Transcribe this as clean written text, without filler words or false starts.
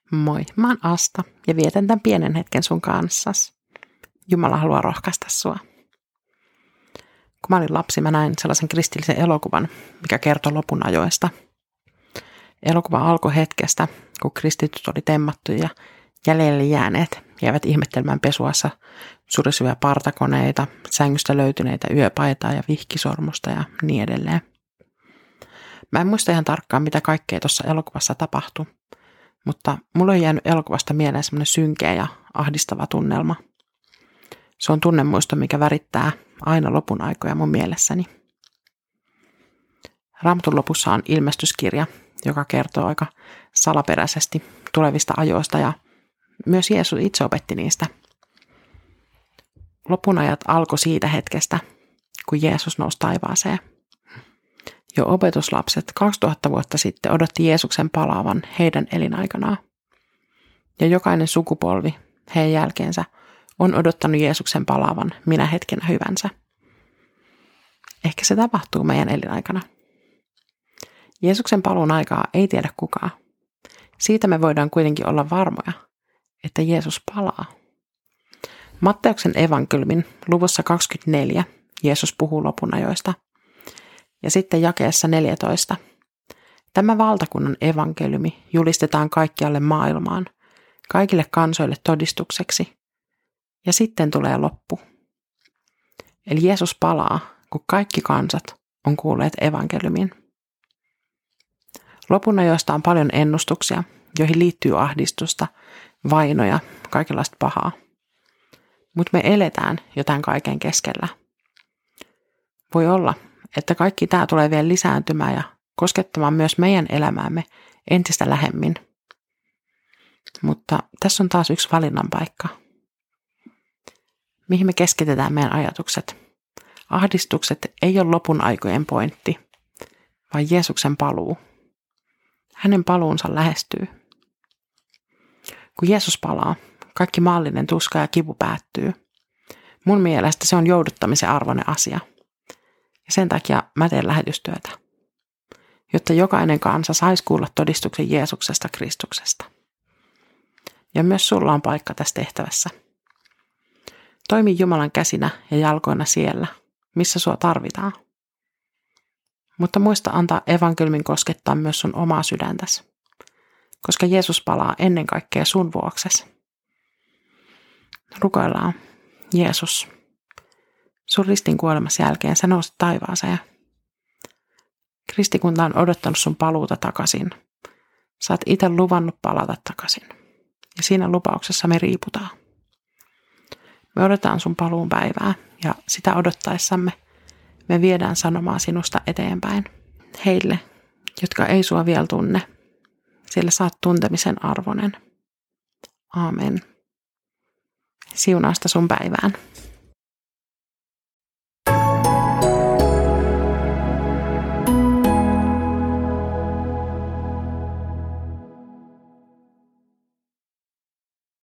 Moi, mä oon Asta ja vietän tämän pienen hetken sun kanssas. Jumala haluaa rohkaista sua. Kun mä olin lapsi, mä näin sellaisen kristillisen elokuvan, mikä kertoi lopun ajoista. Elokuva alkoi hetkestä, kun kristityt oli temmattu ja jäljelle jääneet jäivät ihmettelemään pesuassa surisyviä partakoneita, sängystä löytyneitä yöpaitaa ja vihkisormusta ja niin edelleen. Mä en muista ihan tarkkaan, mitä kaikkea tuossa elokuvassa tapahtui, mutta mulle on jäänyt elokuvasta mieleen semmoinen synkeä ja ahdistava tunnelma. Se on tunnemuisto, mikä värittää aina lopun aikoja mun mielessäni. Raamatun lopussa on ilmestyskirja, joka kertoo aika salaperäisesti tulevista ajoista ja myös Jeesus itse opetti niistä. Lopun ajat alkoi siitä hetkestä, kun Jeesus nousi taivaaseen. Jo opetuslapset 2000 vuotta sitten odotti Jeesuksen palaavan heidän elinaikanaan. Ja jokainen sukupolvi heidän jälkeensä on odottanut Jeesuksen palaavan minä hetkenä hyvänsä. Ehkä se tapahtuu meidän elinaikana. Jeesuksen paluun aikaa ei tiedä kukaan. Siitä me voidaan kuitenkin olla varmoja, että Jeesus palaa. Matteuksen evankeliumin luvussa 24 Jeesus puhuu lopun ajoista. Ja sitten jakeessa 14. Tämä valtakunnan evankeliumi julistetaan kaikkialle maailmaan, kaikille kansoille todistukseksi. Ja sitten tulee loppu. Eli Jeesus palaa, kun kaikki kansat on kuulleet evankeliumin. Lopun ajoista on paljon ennustuksia, joihin liittyy ahdistusta, vainoja, kaikenlaista pahaa. Mutta me eletään jotain kaiken keskellä. Voi olla, että kaikki tämä tulee vielä lisääntymään ja koskettamaan myös meidän elämäämme entistä lähemmin. Mutta tässä on taas yksi valinnan paikka. Mihin me keskitetään meidän ajatukset? Ahdistukset ei ole lopun aikojen pointti, vaan Jeesuksen paluu. Hänen paluunsa lähestyy. Kun Jeesus palaa, kaikki maallinen tuska ja kivu päättyy. Mun mielestä se on jouduttamisen arvoinen asia. Ja sen takia mä teen lähetystyötä, jotta jokainen kansa saisi kuulla todistuksen Jeesuksesta Kristuksesta. Ja myös sulla on paikka tässä tehtävässä. Toimi Jumalan käsinä ja jalkoina siellä, missä sua tarvitaan. Mutta muista antaa evankeliumin koskettaa myös sun omaa sydäntäsi, koska Jeesus palaa ennen kaikkea sun vuoksesi. Rukoillaan, Jeesus, sun ristin kuolemassa jälkeen sä nousit taivaaseen. Kristikunta on odottanut sun paluuta takaisin. Sä oot itse luvannut palata takaisin. Ja siinä lupauksessa me riiputaan. Me odotetaan sun paluun päivää ja sitä odottaessamme me viedään sanomaa sinusta eteenpäin. Heille, jotka ei sua vielä tunne, sillä sä oot tuntemisen arvoinen. Aamen. Siunausta sun päivään.